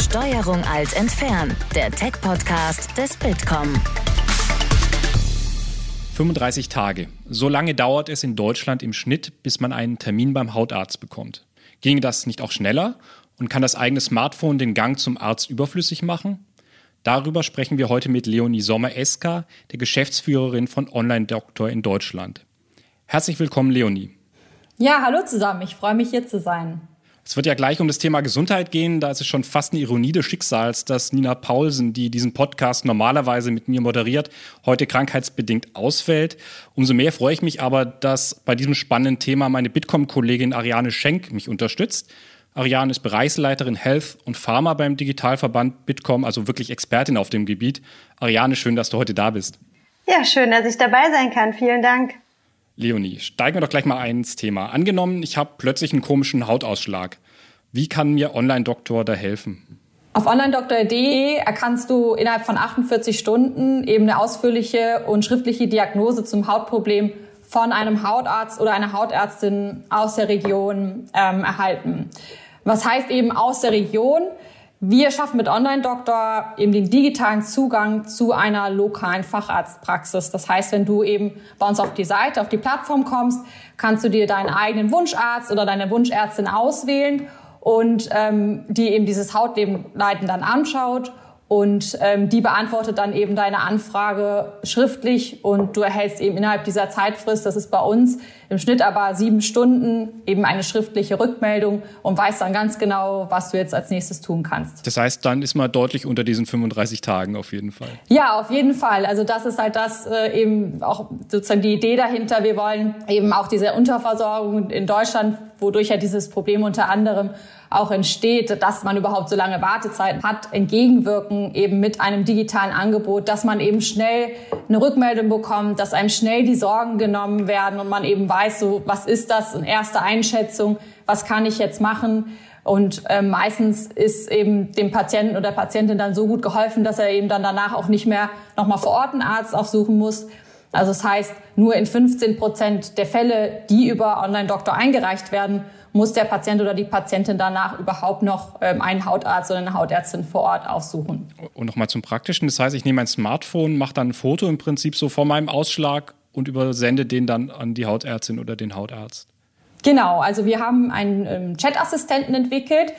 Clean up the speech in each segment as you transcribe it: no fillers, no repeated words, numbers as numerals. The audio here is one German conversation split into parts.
Steuerung Alt entfernen, der Tech-Podcast des Bitkom. 35 Tage. So lange dauert es in Deutschland im Schnitt, bis man einen Termin beim Hautarzt bekommt. Ginge das nicht auch schneller? Und kann das eigene Smartphone den Gang zum Arzt überflüssig machen? Darüber sprechen wir heute mit Leonie Sommer-Eska, der Geschäftsführerin von Online-Doktor in Deutschland. Herzlich willkommen, Leonie. Ja, hallo zusammen. Ich freue mich, hier zu sein. Es wird ja gleich um das Thema Gesundheit gehen. Da ist es schon fast eine Ironie des Schicksals, dass Nina Paulsen, die diesen Podcast normalerweise mit mir moderiert, heute krankheitsbedingt ausfällt. Umso mehr freue ich mich aber, dass bei diesem spannenden Thema meine Bitkom-Kollegin Ariane Schenk mich unterstützt. Ariane ist Bereichsleiterin Health und Pharma beim Digitalverband Bitkom, also wirklich Expertin auf dem Gebiet. Ariane, schön, dass du heute da bist. Ja, schön, dass ich dabei sein kann. Vielen Dank. Leonie, steigen wir doch gleich mal ins Thema. Angenommen, ich habe plötzlich einen komischen Hautausschlag. Wie kann mir Online-Doktor da helfen? Auf onlinedoktor.de erkannst du innerhalb von 48 Stunden eben eine ausführliche und schriftliche Diagnose zum Hautproblem von einem Hautarzt oder einer Hautärztin aus der Region erhalten. Was heißt eben aus der Region? Wir schaffen mit Online-Doktor eben den digitalen Zugang zu einer lokalen Facharztpraxis. Das heißt, wenn du eben bei uns auf die Seite, auf die Plattform kommst, kannst du dir deinen eigenen Wunscharzt oder deine Wunschärztin auswählen und die eben dieses Hautleiden dann anschaut und die beantwortet dann eben deine Anfrage schriftlich und du erhältst eben innerhalb dieser Zeitfrist, das ist bei uns im Schnitt aber 7 Stunden, eben eine schriftliche Rückmeldung und weißt dann ganz genau, was du jetzt als nächstes tun kannst. Das heißt, dann ist man deutlich unter diesen 35 Tagen auf jeden Fall. Ja, auf jeden Fall. Also das ist halt das eben auch sozusagen die Idee dahinter. Wir wollen eben auch diese Unterversorgung in Deutschland, wodurch ja dieses Problem unter anderem auch entsteht, dass man überhaupt so lange Wartezeiten hat, entgegenwirken eben mit einem digitalen Angebot, dass man eben schnell eine Rückmeldung bekommt, dass einem schnell die Sorgen genommen werden und man eben weiß, so was ist das, eine erste Einschätzung, was kann ich jetzt machen? Und meistens ist eben dem Patienten oder Patientin dann so gut geholfen, dass er eben dann danach auch nicht mehr nochmal vor Ort einen Arzt aufsuchen muss. Also das heißt, nur in 15% der Fälle, die über Online-Doktor eingereicht werden, muss der Patient oder die Patientin danach überhaupt noch einen Hautarzt oder eine Hautärztin vor Ort aufsuchen. Und nochmal zum Praktischen. Das heißt, ich nehme mein Smartphone, mache dann ein Foto im Prinzip so vor meinem Ausschlag und übersende den dann an die Hautärztin oder den Hautarzt. Genau, also wir haben einen Chat-Assistenten entwickelt,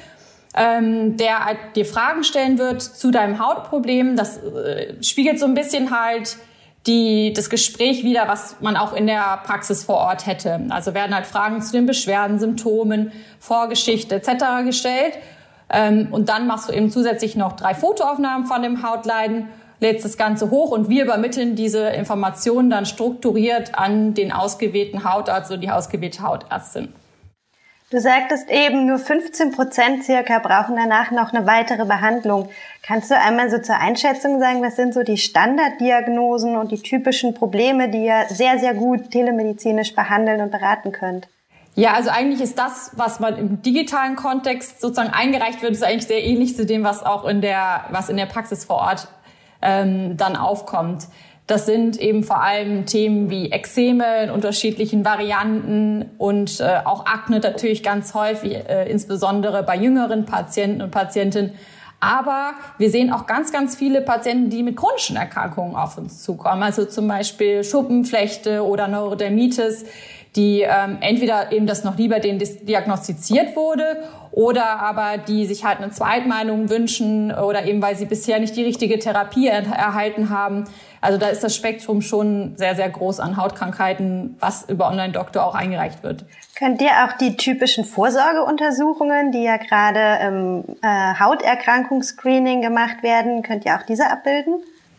der dir Fragen stellen wird zu deinem Hautproblem. Das spiegelt so ein bisschen halt das Gespräch wieder, was man auch in der Praxis vor Ort hätte. Also werden halt Fragen zu den Beschwerden, Symptomen, Vorgeschichte etc. gestellt. Und dann machst du eben zusätzlich noch 3 Fotoaufnahmen von dem Hautleiden, lädst das Ganze hoch und wir übermitteln diese Informationen dann strukturiert an den ausgewählten Hautarzt oder die ausgewählte Hautärztin. Du sagtest eben, nur 15% circa brauchen danach noch eine weitere Behandlung. Kannst du einmal so zur Einschätzung sagen, was sind so die Standarddiagnosen und die typischen Probleme, die ihr sehr, sehr gut telemedizinisch behandeln und beraten könnt? Ja, also eigentlich ist das, was man im digitalen Kontext sozusagen eingereicht wird, ist eigentlich sehr ähnlich zu dem, was auch in der Praxis vor Ort dann aufkommt. Das sind eben vor allem Themen wie Ekzeme in unterschiedlichen Varianten und auch Akne natürlich ganz häufig, insbesondere bei jüngeren Patienten und Patientinnen. Aber wir sehen auch ganz, ganz viele Patienten, die mit chronischen Erkrankungen auf uns zukommen. Also zum Beispiel Schuppenflechte oder Neurodermitis, die entweder eben das noch lieber denen diagnostiziert wurde oder aber die sich halt eine Zweitmeinung wünschen oder eben weil sie bisher nicht die richtige Therapie erhalten haben. Also da ist das Spektrum schon sehr, sehr groß an Hautkrankheiten, was über Online-Doktor auch eingereicht wird. Könnt ihr auch die typischen Vorsorgeuntersuchungen, die ja gerade im Hauterkrankungsscreening gemacht werden, könnt ihr auch diese abbilden?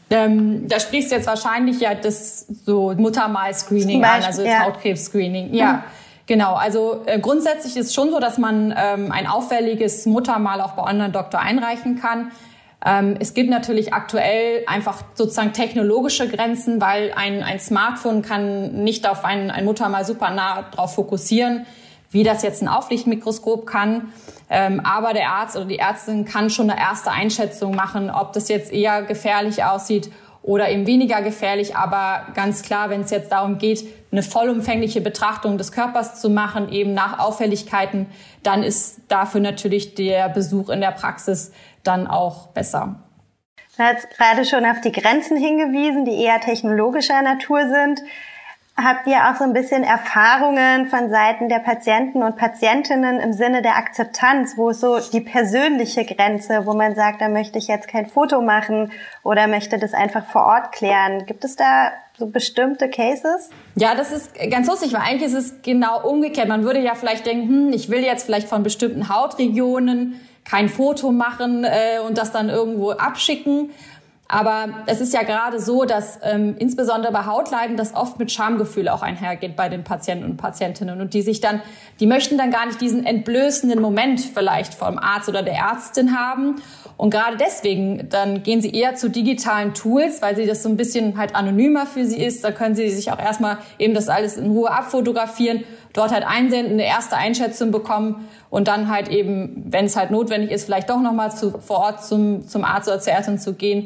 Da sprichst du jetzt wahrscheinlich ja das so Muttermal-Screening an, also das Hautkrebs-Screening. Ja, genau. Also grundsätzlich ist es schon so, dass man ein auffälliges Muttermal auch bei Online-Doktor einreichen kann. Es gibt natürlich aktuell einfach sozusagen technologische Grenzen, weil ein Smartphone kann nicht auf ein Muttermal super nah drauf fokussieren, wie das jetzt ein Auflichtmikroskop kann. Aber der Arzt oder die Ärztin kann schon eine erste Einschätzung machen, ob das jetzt eher gefährlich aussieht oder eben weniger gefährlich. Aber ganz klar, wenn es jetzt darum geht, eine vollumfängliche Betrachtung des Körpers zu machen, eben nach Auffälligkeiten, dann ist dafür natürlich der Besuch in der Praxis dann auch besser. Du hast gerade schon auf die Grenzen hingewiesen, die eher technologischer Natur sind. Habt ihr auch so ein bisschen Erfahrungen von Seiten der Patienten und Patientinnen im Sinne der Akzeptanz, wo ist so die persönliche Grenze, wo man sagt, da möchte ich jetzt kein Foto machen oder möchte das einfach vor Ort klären? Gibt es da so bestimmte Cases? Ja, das ist ganz lustig, weil eigentlich ist es genau umgekehrt. Man würde ja vielleicht denken, ich will jetzt vielleicht von bestimmten Hautregionen kein Foto machen und das dann irgendwo abschicken. Aber es ist ja gerade so, dass insbesondere bei Hautleiden das oft mit Schamgefühl auch einhergeht bei den Patienten und Patientinnen. Und die möchten dann gar nicht diesen entblößenden Moment vielleicht vom Arzt oder der Ärztin haben. Und gerade deswegen, dann gehen sie eher zu digitalen Tools, weil sie das so ein bisschen halt anonymer für sie ist. Da können sie sich auch erstmal eben das alles in Ruhe abfotografieren, dort halt einsenden, eine erste Einschätzung bekommen und dann halt eben, wenn es halt notwendig ist, vielleicht doch nochmal vor Ort zum Arzt oder zur Ärztin zu gehen.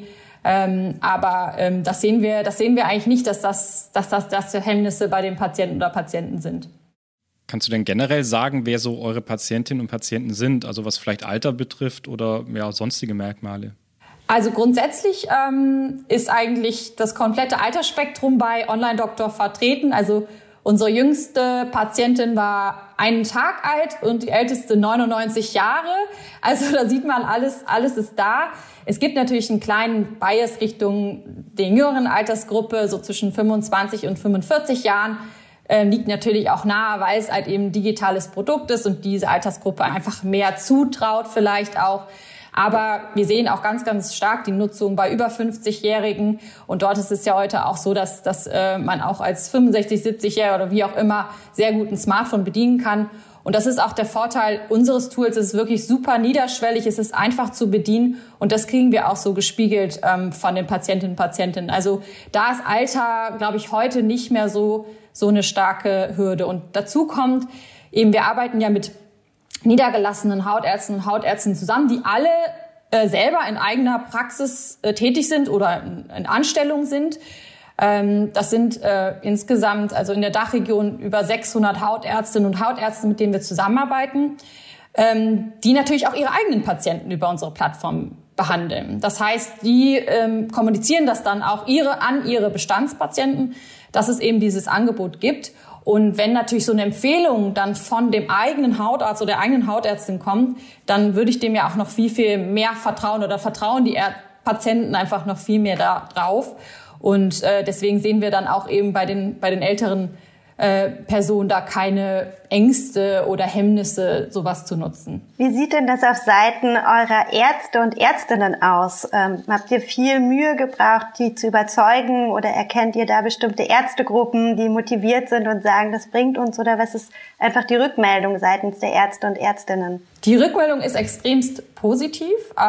Aber das sehen wir eigentlich nicht, dass das Hemmnisse bei den Patienten oder Patienten sind. Kannst du denn generell sagen, wer so eure Patientinnen und Patienten sind? Also was vielleicht Alter betrifft oder ja, sonstige Merkmale? Also grundsätzlich ist eigentlich das komplette Altersspektrum bei Online-Doktor vertreten. Also unsere jüngste Patientin war 1 Tag alt und die älteste 99 Jahre. Also da sieht man, alles ist da. Es gibt natürlich einen kleinen Bias Richtung der jüngeren Altersgruppe, so zwischen 25 und 45 Jahren. Liegt natürlich auch nahe, weil es halt eben ein digitales Produkt ist und diese Altersgruppe einfach mehr zutraut vielleicht auch. Aber wir sehen auch ganz, ganz stark die Nutzung bei über 50-Jährigen. Und dort ist es ja heute auch so, dass man auch als 65-, 70-Jähriger oder wie auch immer sehr gut ein Smartphone bedienen kann. Und das ist auch der Vorteil unseres Tools. Es ist wirklich super niederschwellig, es ist einfach zu bedienen. Und das kriegen wir auch so gespiegelt von den Patientinnen und Patienten. Also da ist Alter, glaube ich, heute nicht mehr so eine starke Hürde. Und dazu kommt eben, wir arbeiten ja mit niedergelassenen Hautärzten und Hautärztinnen zusammen, die alle selber in eigener Praxis tätig sind oder in Anstellung sind. Das sind insgesamt, also in der Dachregion, über 600 Hautärztinnen und Hautärzte, mit denen wir zusammenarbeiten, die natürlich auch ihre eigenen Patienten über unsere Plattform behandeln. Das heißt, die kommunizieren das dann auch an ihre Bestandspatienten, dass es eben dieses Angebot gibt. Und wenn natürlich so eine Empfehlung dann von dem eigenen Hautarzt oder der eigenen Hautärztin kommt, dann würde ich dem ja auch noch viel, viel mehr vertrauen oder vertrauen die Patienten einfach noch viel mehr darauf. Und deswegen sehen wir dann auch eben bei den älteren Personen da keine Ängste oder Hemmnisse, sowas zu nutzen. Wie sieht denn das auf Seiten eurer Ärzte und Ärztinnen aus? Habt ihr viel Mühe gebraucht, die zu überzeugen, oder erkennt ihr da bestimmte Ärztegruppen, die motiviert sind und sagen, das bringt uns, oder was ist einfach die Rückmeldung seitens der Ärzte und Ärztinnen? Die Rückmeldung ist extremst positiv.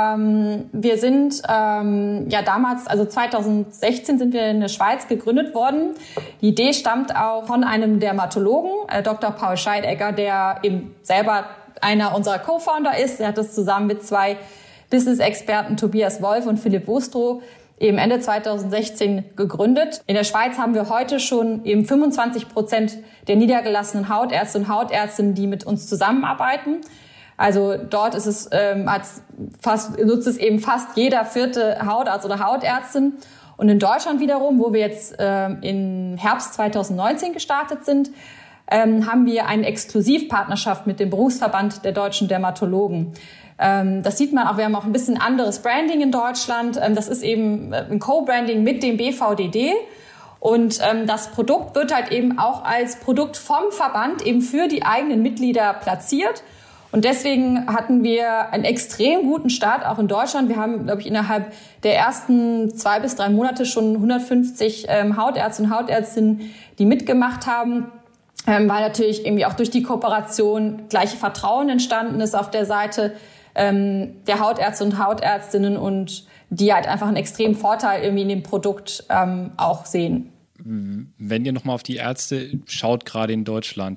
Wir sind ja damals, also 2016 sind wir in der Schweiz gegründet worden. Die Idee stammt auch von einem Dermatologen, Dr. Paul Scheidegger, der eben selber einer unserer Co-Founder ist. Er hat das zusammen mit 2 Business-Experten, Tobias Wolf und Philipp Wustrow, eben Ende 2016 gegründet. In der Schweiz haben wir heute schon eben 25% der niedergelassenen Hautärzte und Hautärztinnen, die mit uns zusammenarbeiten. Also dort ist es nutzt es eben fast jeder 4. Hautarzt oder Hautärztin. Und in Deutschland wiederum, wo wir jetzt im Herbst 2019 gestartet sind, haben wir eine Exklusivpartnerschaft mit dem Berufsverband der deutschen Dermatologen. Das sieht man auch, wir haben auch ein bisschen anderes Branding in Deutschland. Das ist eben ein Co-Branding mit dem BVDD. Und das Produkt wird halt eben auch als Produkt vom Verband eben für die eigenen Mitglieder platziert. Und deswegen hatten wir einen extrem guten Start auch in Deutschland. Wir haben, glaube ich, innerhalb der ersten 2 bis 3 Monate schon 150 Hautärzte und Hautärztinnen, die mitgemacht haben. Weil natürlich irgendwie auch durch die Kooperation gleiche Vertrauen entstanden ist auf der Seite der Hautärzte und Hautärztinnen und die halt einfach einen extremen Vorteil irgendwie in dem Produkt auch sehen. Wenn ihr nochmal auf die Ärzte schaut, gerade in Deutschland,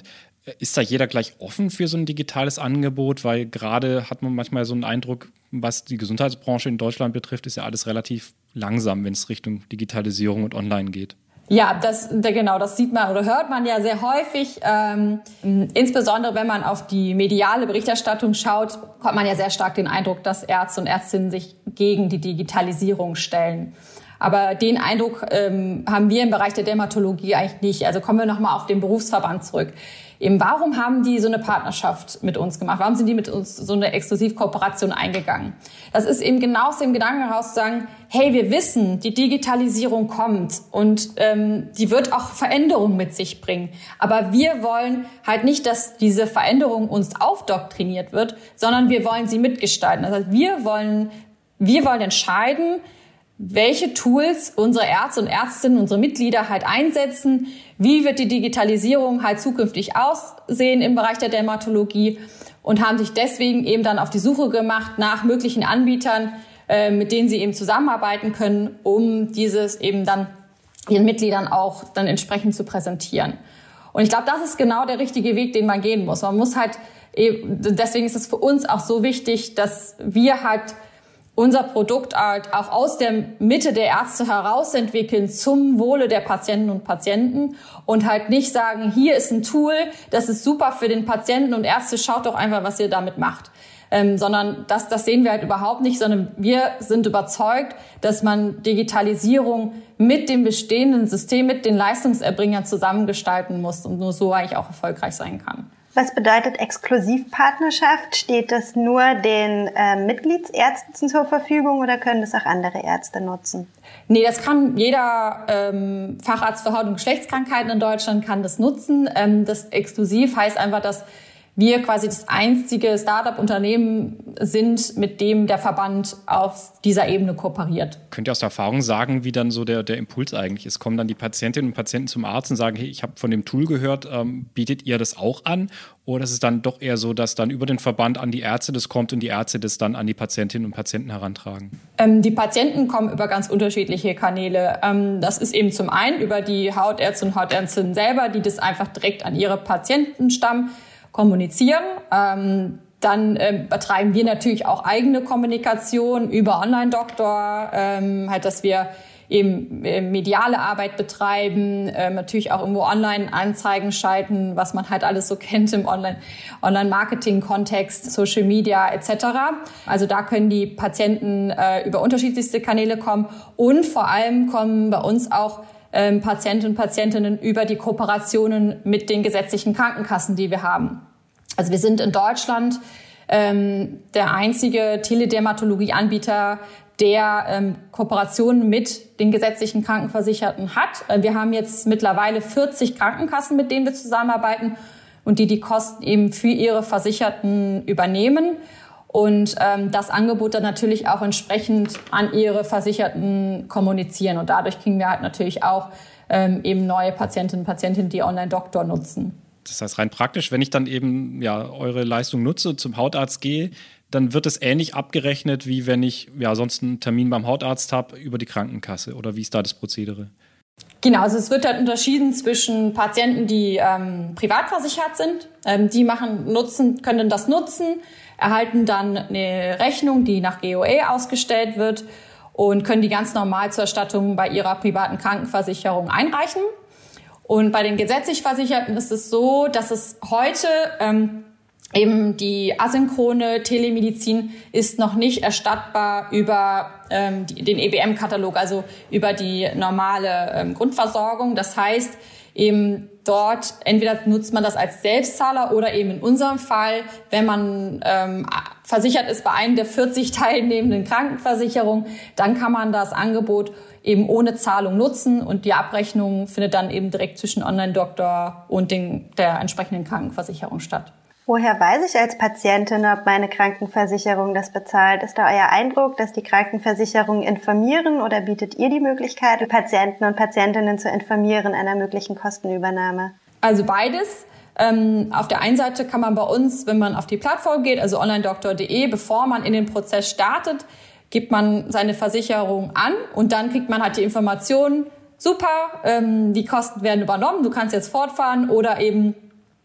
Ist da jeder gleich offen für so ein digitales Angebot? Weil gerade hat man manchmal so einen Eindruck, was die Gesundheitsbranche in Deutschland betrifft, ist ja alles relativ langsam, wenn es Richtung Digitalisierung und Online geht. Ja, das sieht man oder hört man ja sehr häufig. Insbesondere wenn man auf die mediale Berichterstattung schaut, hat man ja sehr stark den Eindruck, dass Ärzte und Ärztinnen sich gegen die Digitalisierung stellen. Aber den Eindruck haben wir im Bereich der Dermatologie eigentlich nicht. Also kommen wir nochmal auf den Berufsverband zurück. Eben, warum haben die so eine Partnerschaft mit uns gemacht? Warum sind die mit uns so eine Exklusivkooperation eingegangen? Das ist eben genau aus dem Gedanken heraus zu sagen, hey, wir wissen, die Digitalisierung kommt und die wird auch Veränderungen mit sich bringen. Aber wir wollen halt nicht, dass diese Veränderung uns aufdoktriniert wird, sondern wir wollen sie mitgestalten. Das heißt, wir wollen entscheiden, welche Tools unsere Ärzte und Ärztinnen, unsere Mitglieder halt einsetzen, wie wird die Digitalisierung halt zukünftig aussehen im Bereich der Dermatologie und haben sich deswegen eben dann auf die Suche gemacht nach möglichen Anbietern, mit denen sie eben zusammenarbeiten können, um dieses eben dann ihren Mitgliedern auch dann entsprechend zu präsentieren. Und ich glaube, das ist genau der richtige Weg, den man gehen muss. Man muss halt eben, deswegen ist es für uns auch so wichtig, dass wir halt unser Produkt halt auch aus der Mitte der Ärzte heraus entwickeln zum Wohle der Patienten und Patienten und halt nicht sagen, hier ist ein Tool, das ist super für den Patienten und Ärzte, schaut doch einfach, was ihr damit macht. Sondern das sehen wir halt überhaupt nicht, sondern wir sind überzeugt, dass man Digitalisierung mit dem bestehenden System, mit den Leistungserbringern zusammengestalten muss und nur so eigentlich auch erfolgreich sein kann. Was bedeutet Exklusivpartnerschaft? Steht das nur den Mitgliedsärzten zur Verfügung oder können das auch andere Ärzte nutzen? Nee, das kann jeder Facharzt für Haut- und Geschlechtskrankheiten in Deutschland kann das nutzen. Das exklusiv heißt einfach, dass wir quasi das einzige Start-up-Unternehmen sind, mit dem der Verband auf dieser Ebene kooperiert. Könnt ihr aus der Erfahrung sagen, wie dann so der Impuls eigentlich ist? Kommen dann die Patientinnen und Patienten zum Arzt und sagen, hey, ich habe von dem Tool gehört, bietet ihr das auch an? Oder ist es dann doch eher so, dass dann über den Verband an die Ärzte das kommt und die Ärzte das dann an die Patientinnen und Patienten herantragen? Die Patienten kommen über ganz unterschiedliche Kanäle. Das ist eben zum einen über die Hautärzte und Hautärztinnen selber, die das einfach direkt an ihre Patientenstamm kommunizieren. Dann betreiben wir natürlich auch eigene Kommunikation über Online-Doktor, halt, dass wir eben mediale Arbeit betreiben, natürlich auch irgendwo Online-Anzeigen schalten, was man halt alles so kennt im Online-Marketing-Kontext, Social Media etc. Also da können die Patienten über unterschiedlichste Kanäle kommen und vor allem kommen bei uns auch Patienten und Patientinnen über die Kooperationen mit den gesetzlichen Krankenkassen, die wir haben. Also wir sind in Deutschland der einzige Teledermatologie-Anbieter, der Kooperationen mit den gesetzlichen Krankenversicherten hat. Wir haben jetzt mittlerweile 40 Krankenkassen, mit denen wir zusammenarbeiten und die Kosten eben für ihre Versicherten übernehmen und das Angebot dann natürlich auch entsprechend an ihre Versicherten kommunizieren. Und dadurch kriegen wir halt natürlich auch eben neue Patientinnen und Patienten, die Online-Doktor nutzen. Das heißt, rein praktisch, wenn ich dann eben eure Leistung nutze und zum Hautarzt gehe, dann wird es ähnlich abgerechnet, wie wenn ich sonst einen Termin beim Hautarzt habe über die Krankenkasse. Oder wie ist da das Prozedere? Genau, also es wird halt unterschieden zwischen Patienten, die privat versichert sind. Die können das nutzen, erhalten dann eine Rechnung, die nach GOE ausgestellt wird und können die ganz normal zur Erstattung bei ihrer privaten Krankenversicherung einreichen. Und bei den gesetzlich Versicherten ist es so, dass es heute eben die asynchrone Telemedizin ist noch nicht erstattbar über den EBM-Katalog, also über die normale Grundversorgung. Das heißt, eben dort entweder nutzt man das als Selbstzahler oder eben in unserem Fall, wenn man versichert ist bei einem der 40 teilnehmenden Krankenversicherungen, dann kann man das Angebot eben ohne Zahlung nutzen und die Abrechnung findet dann eben direkt zwischen Online-Doktor und der entsprechenden Krankenversicherung statt. Woher weiß ich als Patientin, ob meine Krankenversicherung das bezahlt? Ist da euer Eindruck, dass die Krankenversicherungen informieren oder bietet ihr die Möglichkeit, die Patienten und Patientinnen zu informieren einer möglichen Kostenübernahme? Also beides. Auf der einen Seite kann man bei uns, wenn man auf die Plattform geht, also onlinedoktor.de, bevor man in den Prozess startet, gibt man seine Versicherung an und dann kriegt man halt die Informationen, super, die Kosten werden übernommen, du kannst jetzt fortfahren oder eben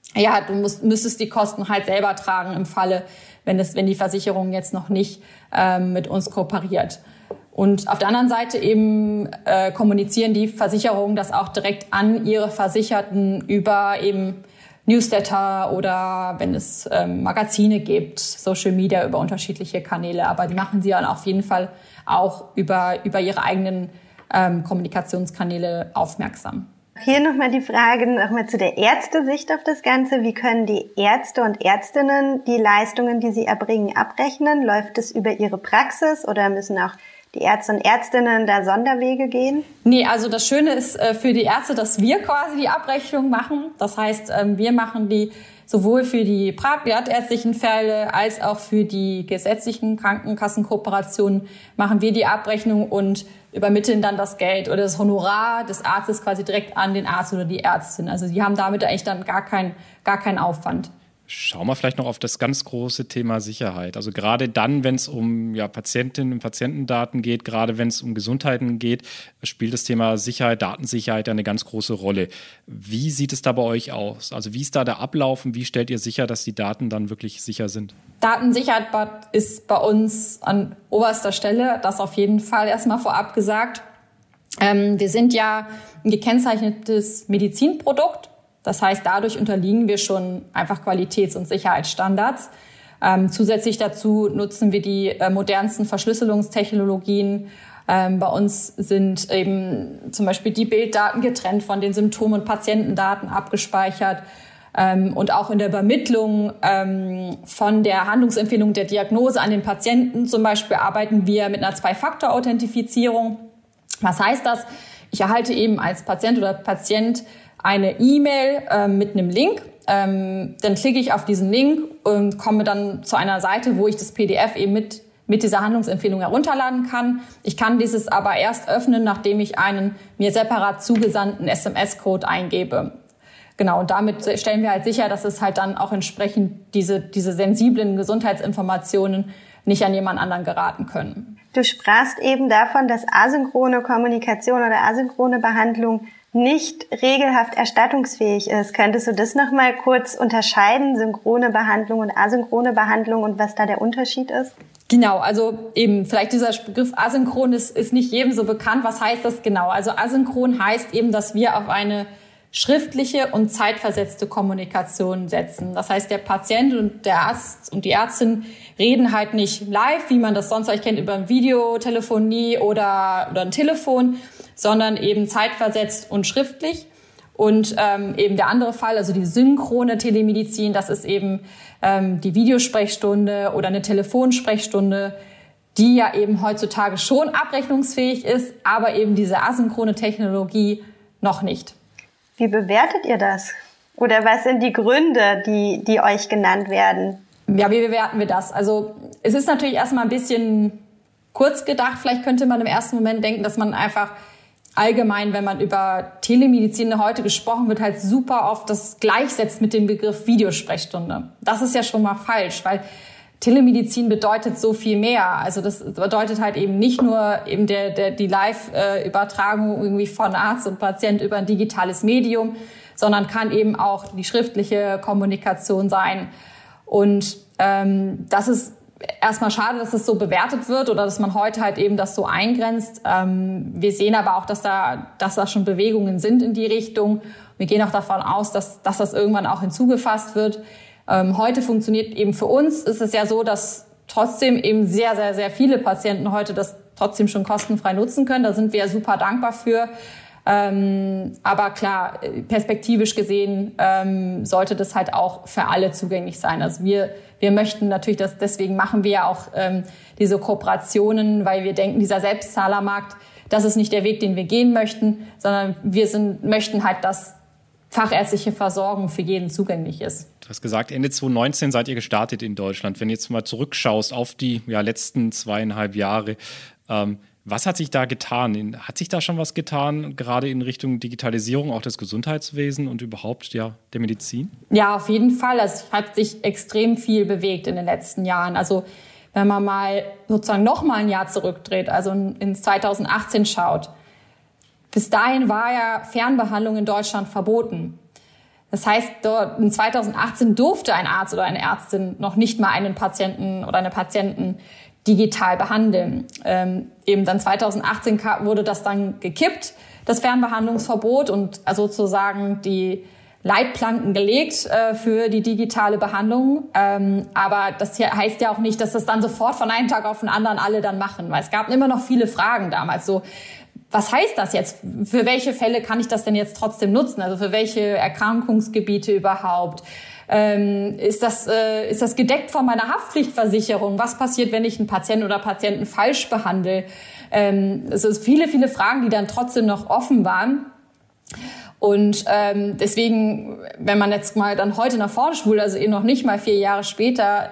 ja, du müsstest die Kosten halt selber tragen im Falle, wenn die Versicherung jetzt noch nicht mit uns kooperiert. Und auf der anderen Seite eben kommunizieren die Versicherungen das auch direkt an ihre Versicherten über eben Newsletter oder wenn es Magazine gibt, Social Media, über unterschiedliche Kanäle. Aber die machen sie dann auf jeden Fall auch über ihre eigenen Kommunikationskanäle aufmerksam. Hier nochmal die Frage nochmal zu der Ärztesicht auf das Ganze. Wie können die Ärzte und Ärztinnen die Leistungen, die sie erbringen, abrechnen? Läuft es über ihre Praxis oder müssen auch die Ärzte und Ärztinnen da Sonderwege gehen? Nee, also das Schöne ist für die Ärzte, dass wir quasi die Abrechnung machen. Das heißt, wir machen die sowohl für die privatärztlichen Fälle als auch für die gesetzlichen Krankenkassenkooperationen machen wir die Abrechnung und übermitteln dann das Geld oder das Honorar des Arztes quasi direkt an den Arzt oder die Ärztin. Also die haben damit eigentlich dann gar keinen Aufwand. Schauen wir vielleicht noch auf das ganz große Thema Sicherheit. Also gerade dann, wenn es um Patientinnen und Patientendaten geht, gerade wenn es um Gesundheiten geht, spielt das Thema Sicherheit, Datensicherheit eine ganz große Rolle. Wie sieht es da bei euch aus? Also wie ist da der Ablauf und wie stellt ihr sicher, dass die Daten dann wirklich sicher sind? Datensicherheit ist bei uns an oberster Stelle, das auf jeden Fall erstmal vorab gesagt. Wir sind ja ein gekennzeichnetes Medizinprodukt. Das heißt, dadurch unterliegen wir schon einfach Qualitäts- und Sicherheitsstandards. Zusätzlich dazu nutzen wir die modernsten Verschlüsselungstechnologien. Bei uns sind eben zum Beispiel die Bilddaten getrennt von den Symptom- und Patientendaten abgespeichert. Und auch in der Übermittlung von der Handlungsempfehlung der Diagnose an den Patienten zum Beispiel arbeiten wir mit einer Zwei-Faktor-Authentifizierung. Was heißt das? Ich erhalte eben als Patient oder Patient eine E-Mail mit einem Link. Dann klicke ich auf diesen Link und komme dann zu einer Seite, wo ich das PDF eben mit dieser Handlungsempfehlung herunterladen kann. Ich kann dieses aber erst öffnen, nachdem ich einen mir separat zugesandten SMS-Code eingebe. Genau, und damit stellen wir halt sicher, dass es halt dann auch entsprechend diese sensiblen Gesundheitsinformationen nicht an jemand anderen geraten können. Du sprachst eben davon, dass asynchrone Kommunikation oder asynchrone Behandlung nicht regelhaft erstattungsfähig ist. Könntest du das nochmal kurz unterscheiden, synchrone Behandlung und asynchrone Behandlung und was da der Unterschied ist? Genau, also eben vielleicht dieser Begriff asynchron ist nicht jedem so bekannt. Was heißt das genau? Also asynchron heißt eben, dass wir auf eine schriftliche und zeitversetzte Kommunikation setzen. Das heißt, der Patient und der Arzt und die Ärztin reden halt nicht live, wie man das sonst vielleicht kennt, über Videotelefonie oder ein Telefon, sondern eben zeitversetzt und schriftlich. Und eben der andere Fall, also die synchrone Telemedizin, das ist eben die Videosprechstunde oder eine Telefonsprechstunde, die ja eben heutzutage schon abrechnungsfähig ist, aber eben diese asynchrone Technologie noch nicht. Wie bewertet ihr das? Oder was sind die Gründe, die euch genannt werden? Ja, wie bewerten wir das? Also es ist natürlich erstmal ein bisschen kurz gedacht. Vielleicht könnte man im ersten Moment denken, dass man einfach allgemein, wenn man über Telemedizin heute gesprochen wird, halt super oft das gleichsetzt mit dem Begriff Videosprechstunde. Das ist ja schon mal falsch, weil Telemedizin bedeutet so viel mehr. Also das bedeutet halt eben nicht nur eben die Live-Übertragung irgendwie von Arzt und Patient über ein digitales Medium, sondern kann eben auch die schriftliche Kommunikation sein. Und das ist erstmal schade, dass es so bewertet wird oder dass man heute halt eben das so eingrenzt. Wir sehen aber auch, dass da schon Bewegungen sind in die Richtung. Wir gehen auch davon aus, dass das irgendwann auch hinzugefasst wird. Heute funktioniert eben für uns, ist es ja so, dass trotzdem eben sehr, sehr, sehr viele Patienten heute das trotzdem schon kostenfrei nutzen können. Da sind wir ja super dankbar für. Aber klar, perspektivisch gesehen sollte das halt auch für alle zugänglich sein. Also wir möchten natürlich, deswegen machen wir ja auch diese Kooperationen, weil wir denken, dieser Selbstzahlermarkt, das ist nicht der Weg, den wir gehen möchten, sondern möchten halt, dass fachärztliche Versorgung für jeden zugänglich ist. Du hast gesagt, Ende 2019 seid ihr gestartet in Deutschland. Wenn du jetzt mal zurückschaust auf die letzten 2,5 Jahre, was hat sich da getan? Hat sich da schon was getan, gerade in Richtung Digitalisierung, auch des Gesundheitswesens und überhaupt der Medizin? Ja, auf jeden Fall. Es hat sich extrem viel bewegt in den letzten Jahren. Also wenn man mal sozusagen noch mal ein Jahr zurückdreht, also ins 2018 schaut, bis dahin war ja Fernbehandlung in Deutschland verboten. Das heißt, dort in 2018 durfte ein Arzt oder eine Ärztin noch nicht mal einen Patienten oder eine Patienten digital behandeln. Eben dann 2018 wurde das dann gekippt, das Fernbehandlungsverbot, und sozusagen die Leitplanken gelegt für die digitale Behandlung. Aber das heißt ja auch nicht, dass das dann sofort von einem Tag auf den anderen alle dann machen, weil es gab immer noch viele Fragen damals. So, was heißt das jetzt? Für welche Fälle kann ich das denn jetzt trotzdem nutzen? Also für welche Erkrankungsgebiete überhaupt? Ist das gedeckt von meiner Haftpflichtversicherung? Was passiert, wenn ich einen Patienten oder Patienten falsch behandle? Es sind viele, viele Fragen, die dann trotzdem noch offen waren. Und deswegen, wenn man jetzt mal dann heute nach vorne spult, also eben noch nicht mal 4 Jahre später,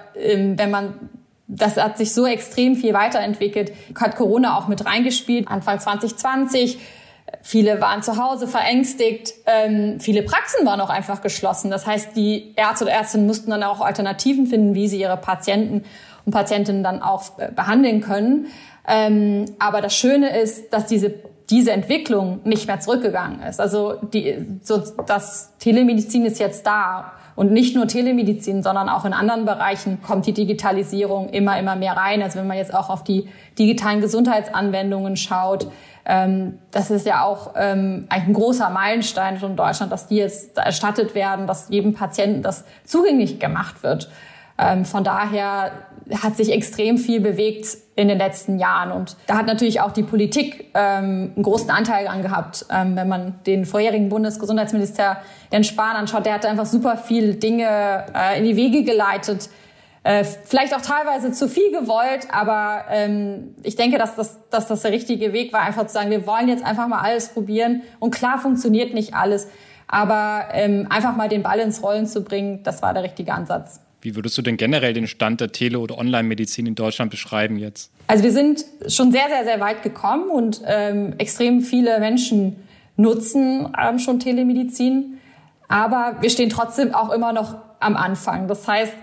das hat sich so extrem viel weiterentwickelt, hat Corona auch mit reingespielt. Anfang 2020, viele waren zu Hause verängstigt, viele Praxen waren auch einfach geschlossen. Das heißt, die Ärzte oder Ärztinnen mussten dann auch Alternativen finden, wie sie ihre Patienten und Patientinnen dann auch behandeln können. Aber das Schöne ist, dass diese Entwicklung nicht mehr zurückgegangen ist. Also das Telemedizin ist jetzt da. Und nicht nur Telemedizin, sondern auch in anderen Bereichen kommt die Digitalisierung immer mehr rein. Also wenn man jetzt auch auf die digitalen Gesundheitsanwendungen schaut, das ist ja auch eigentlich ein großer Meilenstein in Deutschland, dass die jetzt erstattet werden, dass jedem Patienten das zugänglich gemacht wird. Von daher hat sich extrem viel bewegt in den letzten Jahren. Und da hat natürlich auch die Politik einen großen Anteil dran gehabt. Wenn man den vorherigen Bundesgesundheitsminister Jens Spahn anschaut, der hat einfach super viel Dinge in die Wege geleitet. Vielleicht auch teilweise zu viel gewollt, aber ich denke, dass das der richtige Weg war, einfach zu sagen, wir wollen jetzt einfach mal alles probieren. Und klar funktioniert nicht alles, aber einfach mal den Ball ins Rollen zu bringen, das war der richtige Ansatz. Wie würdest du denn generell den Stand der Tele- oder Online-Medizin in Deutschland beschreiben jetzt? Also wir sind schon sehr, sehr, sehr weit gekommen und extrem viele Menschen nutzen schon Telemedizin. Aber wir stehen trotzdem auch immer noch am Anfang. Das heißt,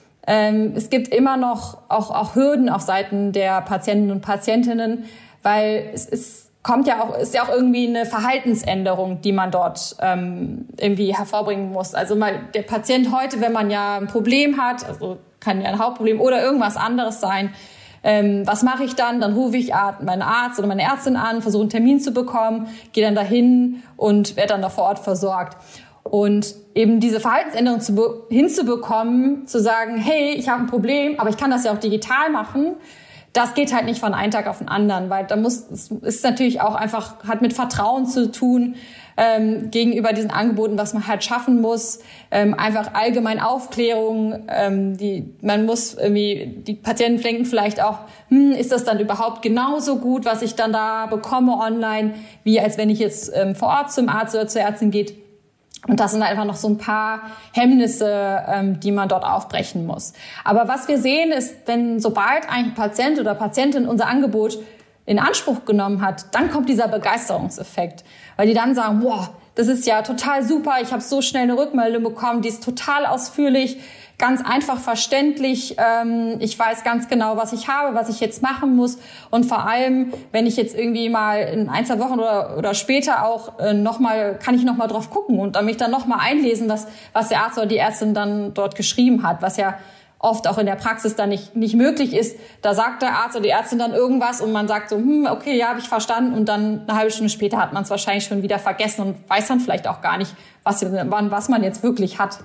es gibt immer noch auch Hürden auf Seiten der Patienten und Patientinnen, weil ist ja auch irgendwie eine Verhaltensänderung, die man dort irgendwie hervorbringen muss. Also mal der Patient heute, wenn man ja ein Problem hat, also kann ja ein Hauptproblem oder irgendwas anderes sein, was mache ich dann? Dann rufe ich meinen Arzt oder meine Ärztin an, versuche einen Termin zu bekommen, gehe dann dahin und werde dann da vor Ort versorgt. Und eben diese Verhaltensänderung hinzubekommen, zu sagen, hey, ich habe ein Problem, aber ich kann das ja auch digital machen, das geht halt nicht von einem Tag auf den anderen, weil es ist natürlich auch einfach, hat mit Vertrauen zu tun gegenüber diesen Angeboten, was man halt schaffen muss. Einfach allgemein Aufklärung, man muss irgendwie, die Patienten denken vielleicht auch, ist das dann überhaupt genauso gut, was ich dann da bekomme online, wie als wenn ich jetzt vor Ort zum Arzt oder zur Ärztin gehe. Und das sind einfach noch so ein paar Hemmnisse, die man dort aufbrechen muss. Aber was wir sehen ist, sobald ein Patient oder Patientin unser Angebot in Anspruch genommen hat, dann kommt dieser Begeisterungseffekt. Weil die dann sagen, wow, das ist ja total super, ich habe so schnell eine Rückmeldung bekommen, die ist total ausführlich, ganz einfach verständlich. Ich weiß ganz genau, was ich habe, was ich jetzt machen muss. Und vor allem, wenn ich jetzt irgendwie mal in 1-2 Wochen oder später auch kann ich noch mal drauf gucken und mich dann noch mal einlesen, was der Arzt oder die Ärztin dann dort geschrieben hat, was ja oft auch in der Praxis dann nicht möglich ist. Da sagt der Arzt oder die Ärztin dann irgendwas und man sagt so, okay, ja, habe ich verstanden. Und dann eine halbe Stunde später hat man es wahrscheinlich schon wieder vergessen und weiß dann vielleicht auch gar nicht, was man jetzt wirklich hat.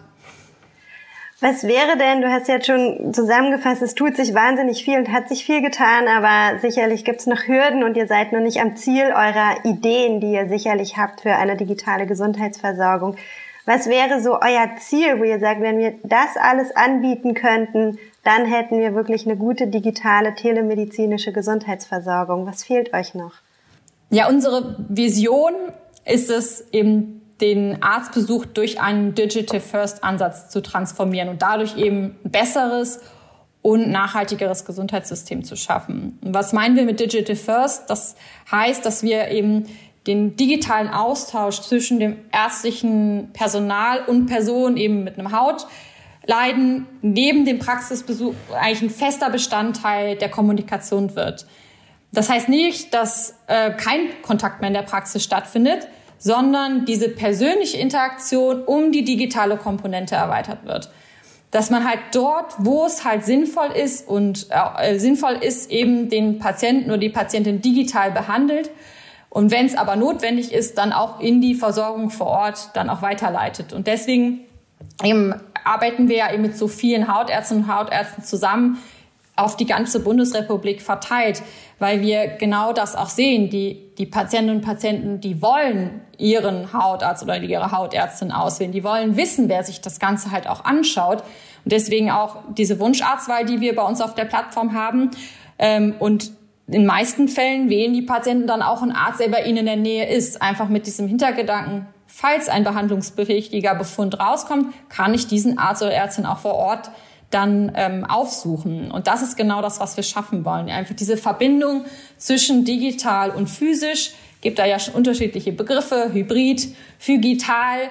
Was wäre denn, du hast jetzt schon zusammengefasst, es tut sich wahnsinnig viel und hat sich viel getan, aber sicherlich gibt's noch Hürden und ihr seid noch nicht am Ziel eurer Ideen, die ihr sicherlich habt für eine digitale Gesundheitsversorgung. Was wäre so euer Ziel, wo ihr sagt, wenn wir das alles anbieten könnten, dann hätten wir wirklich eine gute digitale telemedizinische Gesundheitsversorgung? Was fehlt euch noch? Ja, unsere Vision ist es eben, den Arztbesuch durch einen Digital-First-Ansatz zu transformieren und dadurch eben ein besseres und nachhaltigeres Gesundheitssystem zu schaffen. Und was meinen wir mit Digital First? Das heißt, dass wir eben den digitalen Austausch zwischen dem ärztlichen Personal und Personen eben mit einem Hautleiden neben dem Praxisbesuch eigentlich ein fester Bestandteil der Kommunikation wird. Das heißt nicht, dass kein Kontakt mehr in der Praxis stattfindet, sondern diese persönliche Interaktion um die digitale Komponente erweitert wird. Dass man halt dort, wo es halt sinnvoll ist eben den Patienten oder die Patientin digital behandelt und wenn es aber notwendig ist, dann auch in die Versorgung vor Ort dann auch weiterleitet. Und deswegen eben arbeiten wir ja eben mit so vielen Hautärztinnen und Hautärzten zusammen auf die ganze Bundesrepublik verteilt, weil wir genau das auch sehen. Die Patientinnen und Patienten, die wollen ihren Hautarzt oder ihre Hautärztin auswählen. Die wollen wissen, wer sich das Ganze halt auch anschaut. Und deswegen auch diese Wunscharztwahl, die wir bei uns auf der Plattform haben. Und in den meisten Fällen wählen die Patienten dann auch einen Arzt, der bei ihnen in der Nähe ist. Einfach mit diesem Hintergedanken, falls ein behandlungsberichtiger Befund rauskommt, kann ich diesen Arzt oder Ärztin auch vor Ort dann aufsuchen. Und das ist genau das, was wir schaffen wollen. Einfach diese Verbindung zwischen digital und physisch. Gibt da ja schon unterschiedliche Begriffe, Hybrid, Phygital,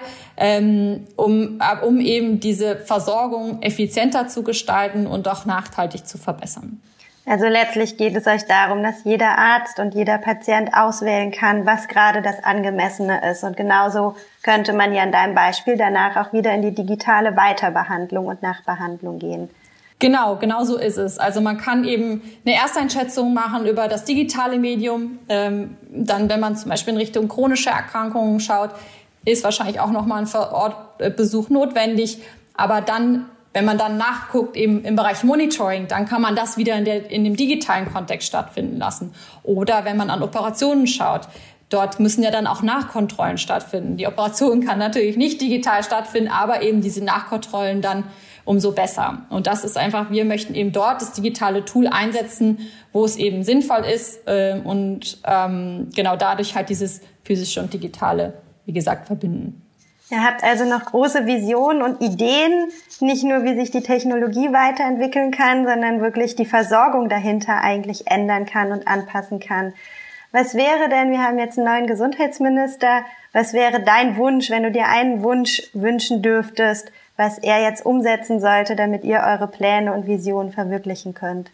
um eben diese Versorgung effizienter zu gestalten und auch nachhaltig zu verbessern. Also letztlich geht es euch darum, dass jeder Arzt und jeder Patient auswählen kann, was gerade das Angemessene ist. Und genauso könnte man ja in deinem Beispiel danach auch wieder in die digitale Weiterbehandlung und Nachbehandlung gehen. Genau so ist es. Also man kann eben eine Ersteinschätzung machen über das digitale Medium. Dann, wenn man zum Beispiel in Richtung chronische Erkrankungen schaut, ist wahrscheinlich auch nochmal ein Vorortbesuch notwendig. Aber dann, wenn man dann nachguckt eben im Bereich Monitoring, dann kann man das wieder in dem digitalen Kontext stattfinden lassen. Oder wenn man an Operationen schaut, dort müssen ja dann auch Nachkontrollen stattfinden. Die Operation kann natürlich nicht digital stattfinden, aber eben diese Nachkontrollen dann umso besser. Und das ist einfach, wir möchten eben dort das digitale Tool einsetzen, wo es eben sinnvoll ist und genau dadurch halt dieses physische und digitale, wie gesagt, verbinden. Ihr habt also noch große Visionen und Ideen, nicht nur wie sich die Technologie weiterentwickeln kann, sondern wirklich die Versorgung dahinter eigentlich ändern kann und anpassen kann. Was wäre denn, wir haben jetzt einen neuen Gesundheitsminister, was wäre dein Wunsch, wenn du dir einen Wunsch wünschen dürftest, was er jetzt umsetzen sollte, damit ihr eure Pläne und Visionen verwirklichen könnt?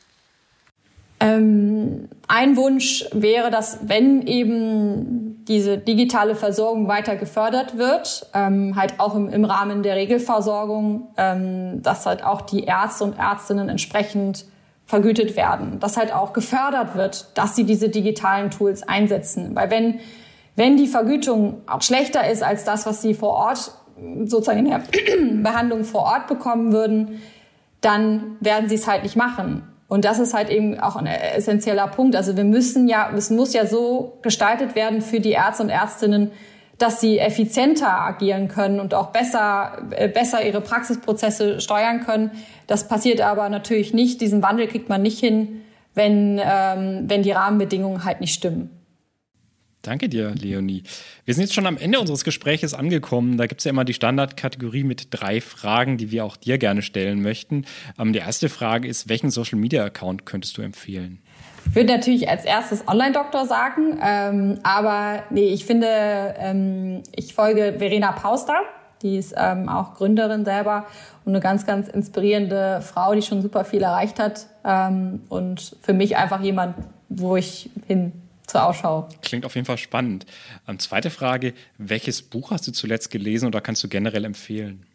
Ein Wunsch wäre, dass wenn eben diese digitale Versorgung weiter gefördert wird, halt auch im Rahmen der Regelversorgung, dass halt auch die Ärzte und Ärztinnen entsprechend vergütet werden, dass halt auch gefördert wird, dass sie diese digitalen Tools einsetzen. Weil wenn die Vergütung auch schlechter ist als das, was sie vor Ort sozusagen in der Behandlung vor Ort bekommen würden, dann werden sie es halt nicht machen. Und das ist halt eben auch ein essentieller Punkt. Also es muss ja so gestaltet werden für die Ärzte und Ärztinnen, dass sie effizienter agieren können und auch besser ihre Praxisprozesse steuern können. Das passiert aber natürlich nicht. Diesen Wandel kriegt man nicht hin, wenn die Rahmenbedingungen halt nicht stimmen. Danke dir, Leonie. Wir sind jetzt schon am Ende unseres Gespräches angekommen. Da gibt es ja immer die Standardkategorie mit 3 Fragen, die wir auch dir gerne stellen möchten. Die erste Frage ist, welchen Social-Media-Account könntest du empfehlen? Ich würde natürlich als erstes Online-Doktor sagen, aber nee, ich finde, ich folge Verena Pauster, die ist auch Gründerin selber und eine ganz, ganz inspirierende Frau, die schon super viel erreicht hat und für mich einfach jemand, wo ich hin zur Ausschau. Klingt auf jeden Fall spannend. Zweite Frage, welches Buch hast du zuletzt gelesen oder kannst du generell empfehlen?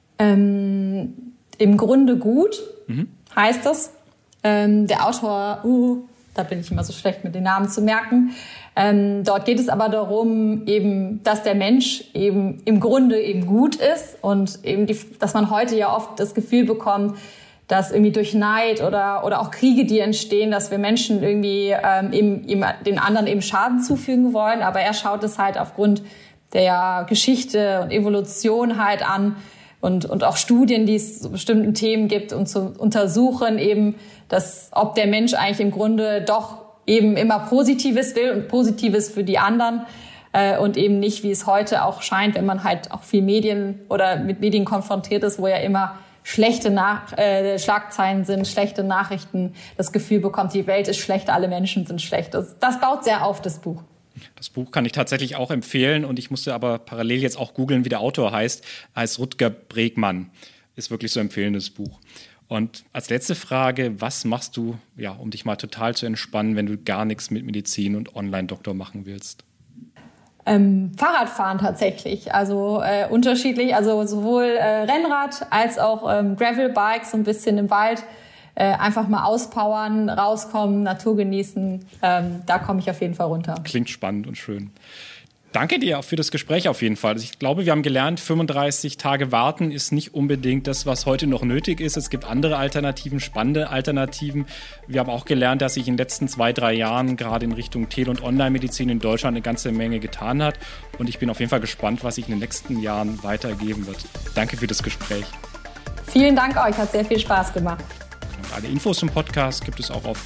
Im Grunde gut heißt das. Der Autor, da bin ich immer so schlecht mit den Namen zu merken. Dort geht es aber darum, eben, dass der Mensch eben im Grunde eben gut ist und eben dass man heute ja oft das Gefühl bekommt, dass irgendwie durch Neid oder auch Kriege, die entstehen, dass wir Menschen irgendwie eben den anderen eben Schaden zufügen wollen. Aber er schaut es halt aufgrund der Geschichte und Evolution halt an und auch Studien, die es zu bestimmten Themen gibt und zu untersuchen eben, ob der Mensch eigentlich im Grunde doch eben immer Positives will und Positives für die anderen und eben nicht, wie es heute auch scheint, wenn man halt auch viel mit Medien konfrontiert ist, wo ja immer schlechte Schlagzeilen sind, schlechte Nachrichten, das Gefühl bekommt, die Welt ist schlecht, alle Menschen sind schlecht. Das baut sehr auf, das Buch. Das Buch kann ich tatsächlich auch empfehlen und ich musste aber parallel jetzt auch googeln, wie der Autor heißt Rutger Bregmann. Ist wirklich so ein empfehlendes Buch. Und als letzte Frage, was machst du, um dich mal total zu entspannen, wenn du gar nichts mit Medizin und Online-Doktor machen willst? Fahrradfahren tatsächlich. Also unterschiedlich, also sowohl Rennrad als auch Gravelbikes, so ein bisschen im Wald. Einfach mal auspowern, rauskommen, Natur genießen. Da komme ich auf jeden Fall runter. Klingt spannend und schön. Danke dir für das Gespräch auf jeden Fall. Ich glaube, wir haben gelernt, 35 Tage warten ist nicht unbedingt das, was heute noch nötig ist. Es gibt andere Alternativen, spannende Alternativen. Wir haben auch gelernt, dass sich in den letzten 2-3 Jahren gerade in Richtung Tele- und Online-Medizin in Deutschland eine ganze Menge getan hat. Und ich bin auf jeden Fall gespannt, was sich in den nächsten Jahren weitergeben wird. Danke für das Gespräch. Vielen Dank euch, hat sehr viel Spaß gemacht. Und alle Infos zum Podcast gibt es auch auf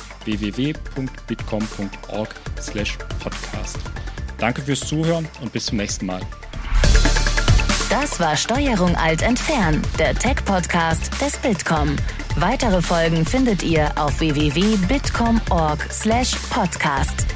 www.bitkom.org/podcast. Danke fürs Zuhören und bis zum nächsten Mal. Das war Steuerung Alt entfernen, der Tech-Podcast des Bitkom. Weitere Folgen findet ihr auf www.bitkom.org/podcast.